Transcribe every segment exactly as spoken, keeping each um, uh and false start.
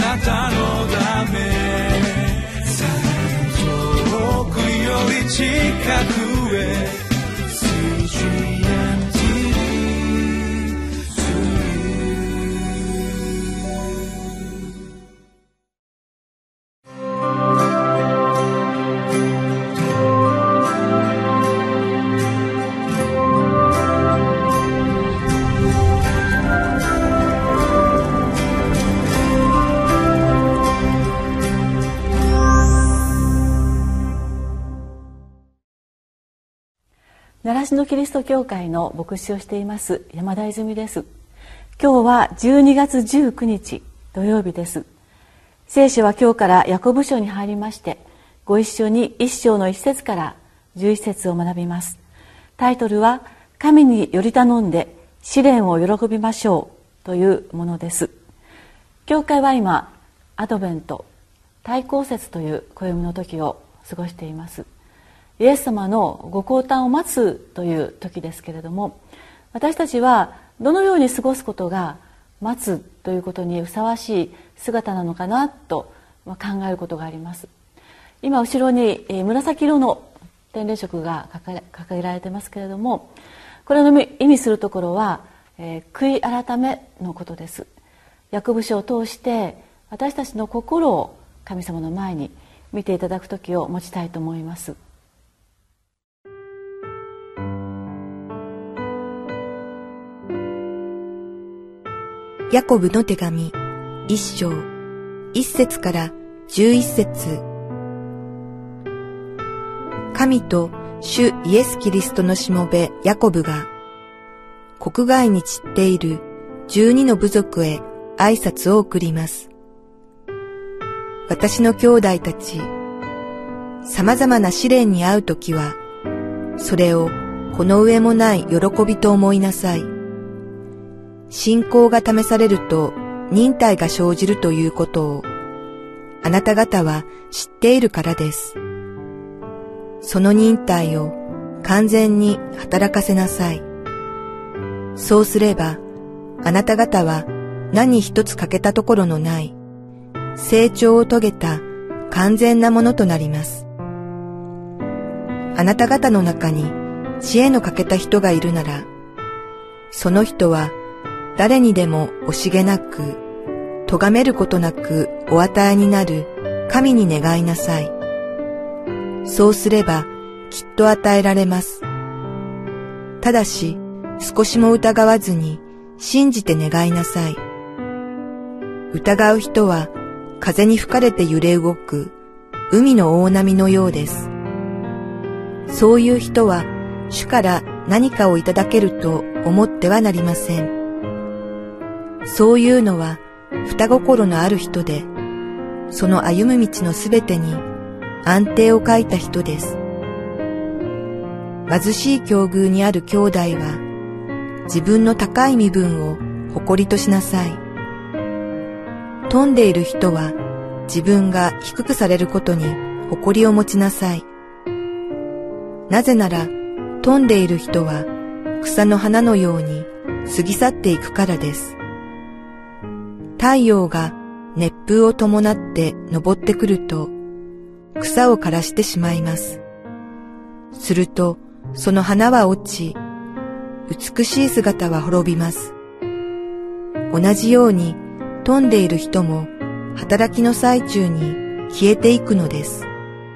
なたのため遠くより近くへ習志野キリスト教会の牧師をしています山田泉です。今日はじゅうにがつじゅうくにち土曜日です。聖書は今日からヤコブ書に入りまして、ご一緒に一章の一節から十一節を学びます。タイトルは神により頼んで試練を喜びましょうというものです。教会は今アドベント大公節という暦の時を過ごしています。イエス様のご降誕を待つという時ですけれども、私たちはどのように過ごすことが待つということにふさわしい姿なのかなと考えることがあります。今後ろに紫色の天霊色が掲げられてますけれども、これの意味するところは、えー、悔い改めのことです。ヤコブ書を通して私たちの心を神様の前に見ていただく時を持ちたいと思います。 ヤコブの手紙一章一節から十一節。神と主イエスキリストのしもべヤコブが国外に散っている十二の部族へ挨拶を送ります。私の兄弟たち、様々な試練に遭うときは、それをこの上もない喜びと思いなさい。信仰が試されると忍耐が生じるということをあなた方は知っているからです。その忍耐を完全に働かせなさい。そうすればあなた方は何一つ欠けたところのない成長を遂げた完全なものとなります。あなた方の中に知恵の欠けた人がいるなら、その人は誰にでも惜しげなく、咎めることなくお与えになる神に願いなさい。そうすればきっと与えられます。ただし少しも疑わずに信じて願いなさい。疑う人は風に吹かれて揺れ動く海の大波のようです。そういう人は主から何かをいただけると思ってはなりません。そういうのは双心のある人で、その歩む道のすべてに安定を欠いた人です。貧しい境遇にある兄弟は、自分の高い身分を誇りとしなさい。富んでいる人は、自分が低くされることに誇りを持ちなさい。なぜなら、富んでいる人は、草の花のように過ぎ去っていくからです。太陽が熱風を伴って昇ってくると、草を枯らしてしまいます。すると、その花は落ち、美しい姿は滅びます。同じように、富んでいる人も、働きの最中に消えていくのです。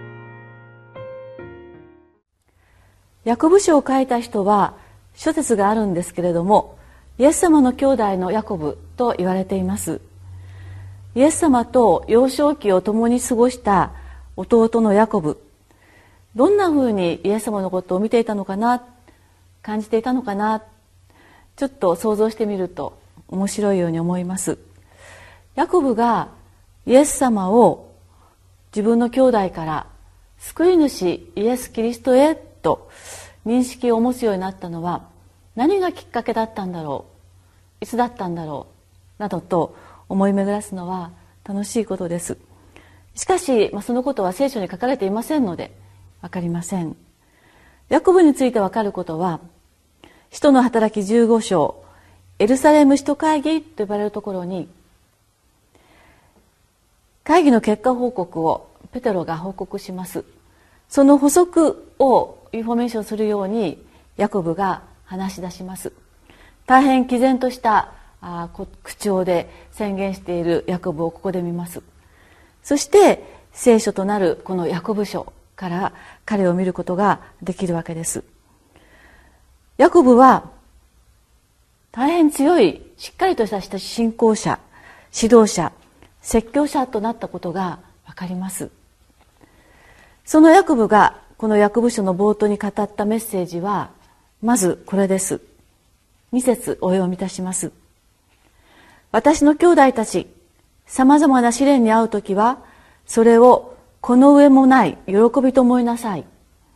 ヤコブ書を書いた人は、諸説があるんですけれども、イエス様の兄弟のヤコブと言われています。イエス様と幼少期を共に過ごした弟のヤコブ、どんなふうにイエス様のことを見ていたのかな、感じていたのかな、ちょっと想像してみると面白いように思います。ヤコブがイエス様を自分の兄弟から救い主イエス・キリストへと認識を持つようになったのは何がきっかけだったんだろう、いつだったんだろうなどと思い巡らすのは楽しいことです。しかし、まあ、そのことは聖書に書かれていませんので分かりません。ヤコブについて分かることは、使徒の働きじゅうご章エルサレム使徒会議と呼ばれるところに、 会議の結果報告をペテロが報告します。その補足をインフォメーションするようにヤコブが話し出します。大変毅然としたあ口調で宣言しているヤコブをここで見ます。そして聖書となるこのヤコブ書から彼を見ることができるわけです。ヤコブは大変強いしっかりとした信仰者、指導者、説教者となったことがわかります。そのヤコブがこのヤコブ書の冒頭に語ったメッセージはまずこれです。に節お読みいたします。私の兄弟たち、さまざまな試練に遭うときはそれをこの上もない喜びと思いなさい。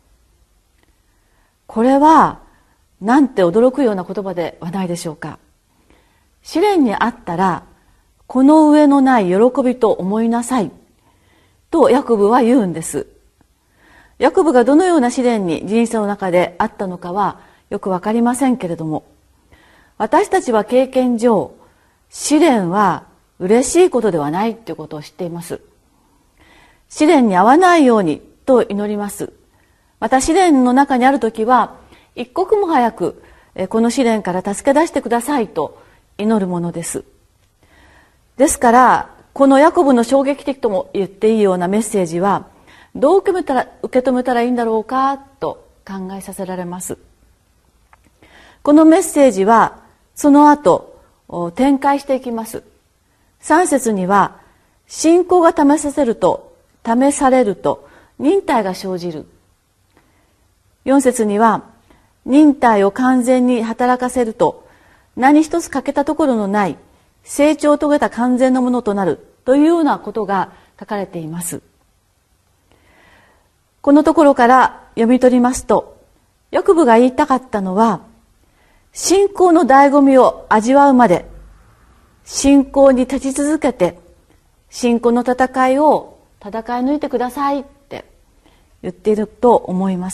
これはなんて驚くような言葉ではないでしょうか。試練にあったらこの上のない喜びと思いなさいとヤコブは言うんです。ヤコブがどのような試練に人生の中であったのかはよくわかりませんけれども、私たちは経験上試練は嬉しいことではないということを知っています。試練に遭わないようにと祈ります。また試練の中にあるときは一刻も早くこの試練から助け出してくださいと祈るものです。ですからこのヤコブの衝撃的とも言っていいようなメッセージはどう受け止めたら、受け止めたらいいんだろうかと考えさせられます。このメッセージはその後展開していきます。さん節には信仰が試させると試されると忍耐が生じる。よん節には忍耐を完全に働かせると何一つ欠けたところのない成長を遂げた完全なものとなるというようなことが書かれています。このところから読み取りますと、ヤコブが言いたかったのは、信仰の醍醐味を味わうまで信仰に立ち続けて信仰の戦いを戦い抜いてくださいって言っていると思います。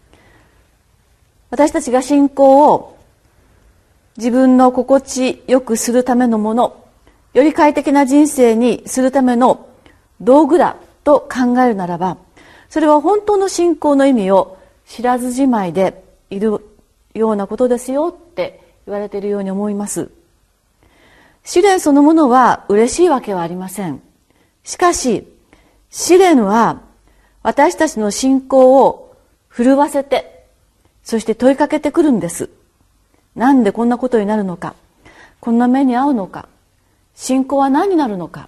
私たちが信仰を自分の心地よくするためのもの、より快適な人生にするための道具だと考えるならば、それは本当の信仰の意味を知らずじまいでいるようなことですよって言われているように思います。試練そのものは嬉しいわけはありません。しかし試練は私たちの信仰を震わせて、そして問いかけてくるんです。なんでこんなことになるのか、こんな目に遭うのか、信仰は何になるのか。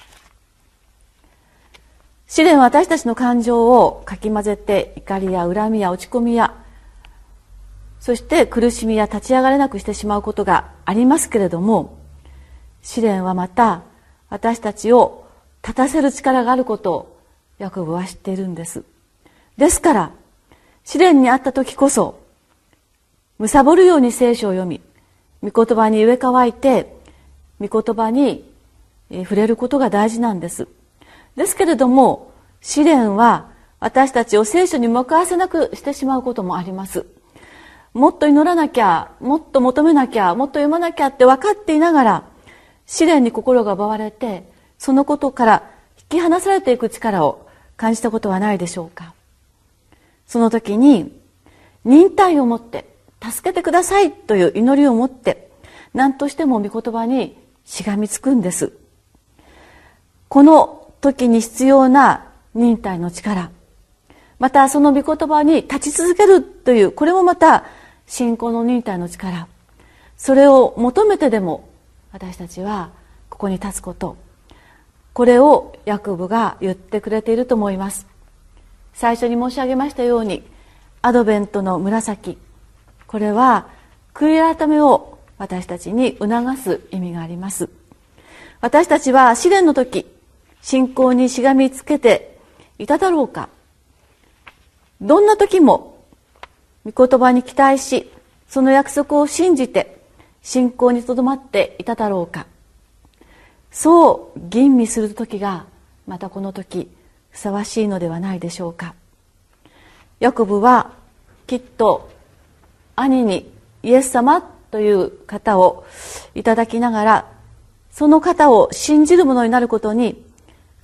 試練は私たちの感情をかき混ぜて、怒りや恨みや落ち込みや、そして苦しみや立ち上がれなくしてしまうことがありますけれども、試練はまた私たちを立たせる力があることをヤコブは知っているんです。ですから試練にあった時こそ貪るように聖書を読み、御言葉に植え替えて御言葉に触れることが大事なんです。ですけれども試練は私たちを聖書に向かわせなくしてしまうこともあります。もっと祈らなきゃ、もっと求めなきゃ、もっと読まなきゃって分かっていながら試練に心が奪われて、そのことから引き離されていく力を感じたことはないでしょうか。その時に忍耐を持って助けてくださいという祈りを持って何としても御言葉にしがみつくんです。この時に必要な忍耐の力、またその御言葉に立ち続けるという、これもまた信仰の忍耐の力、それを求めてでも私たちはここに立つこと、これをヤコブが言ってくれていると思います。最初に申し上げましたように、アドベントの紫、これは悔い改めを私たちに促す意味があります。私たちは試練の時、信仰にしがみつけていただろうか。どんな時も御言葉に期待し、その約束を信じて信仰にとどまっていただろうか。そう吟味する時がまたこの時ふさわしいのではないでしょうか。ヤコブはきっと兄にイエス様という方をいただきながら、その方を信じる者になることに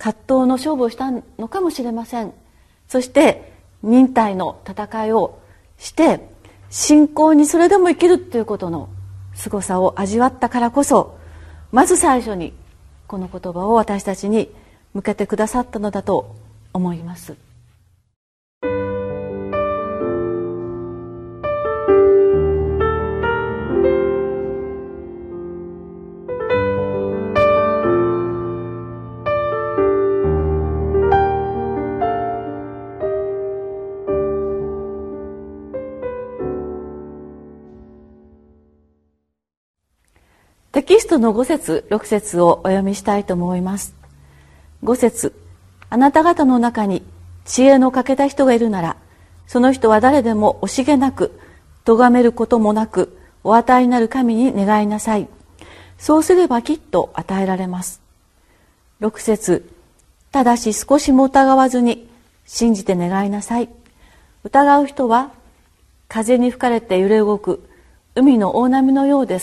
葛藤の勝負をしたのかもしれません。そして忍耐の戦いをして信仰にそれでも生きるということの凄さを味わったからこそ、まず最初にこの言葉を私たちに向けてくださったのだと思います。テキストのご節、ろく節をお読みしたいと思います。ご節、あなた方の中に知恵の欠けた人がいるなら、その人は誰でも惜しげなく、咎めることもなく、お与えになる神に願いなさい。そうすればきっと与えられます。ろく節、ただし少しも疑わずに信じて願いなさい。疑う人は風に吹かれて揺れ動く海の大波のようです。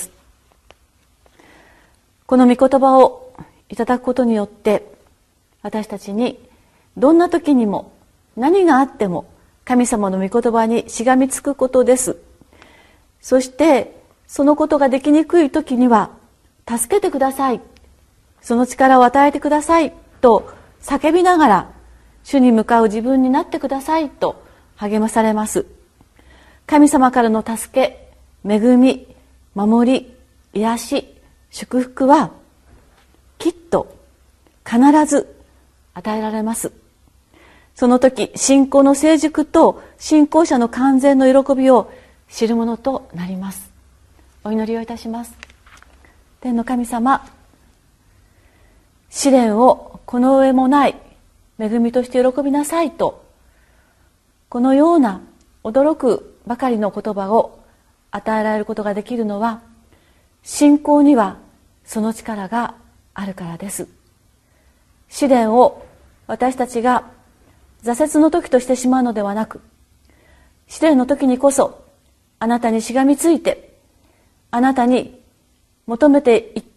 この御言葉をいただくことによって、私たちにどんな時にも何があっても神様の御言葉にしがみつくことです。そしてそのことができにくい時には、助けてください、その力を与えてくださいと叫びながら、主に向かう自分になってくださいと励まされます。神様からの助け、恵み、守り、癒し、祝福はきっと必ず与えられます。その時、信仰の成熟と信仰者の完全の喜びを知るものとなります。お祈りをいたします。天の神様、試練をこの上もない恵みとして喜びなさいと、このような驚くばかりの言葉を与えられることができるのは、信仰にはその力があるからです。試練を私たちが挫折の時としてしまうのではなく、試練の時にこそあなたにしがみついて、あなたに求めていって、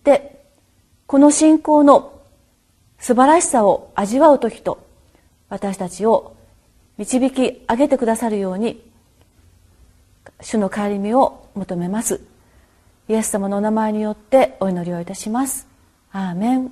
この信仰の素晴らしさを味わう時と、私たちを導き上げてくださるように、主の帰り身を求めます。イエス様のお名前によってお祈りをいたします。アーメン。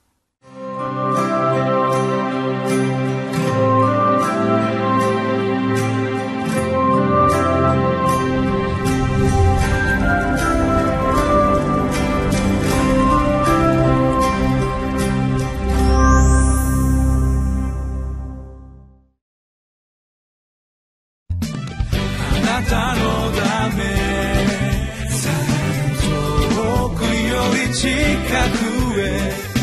あなたのため近くへ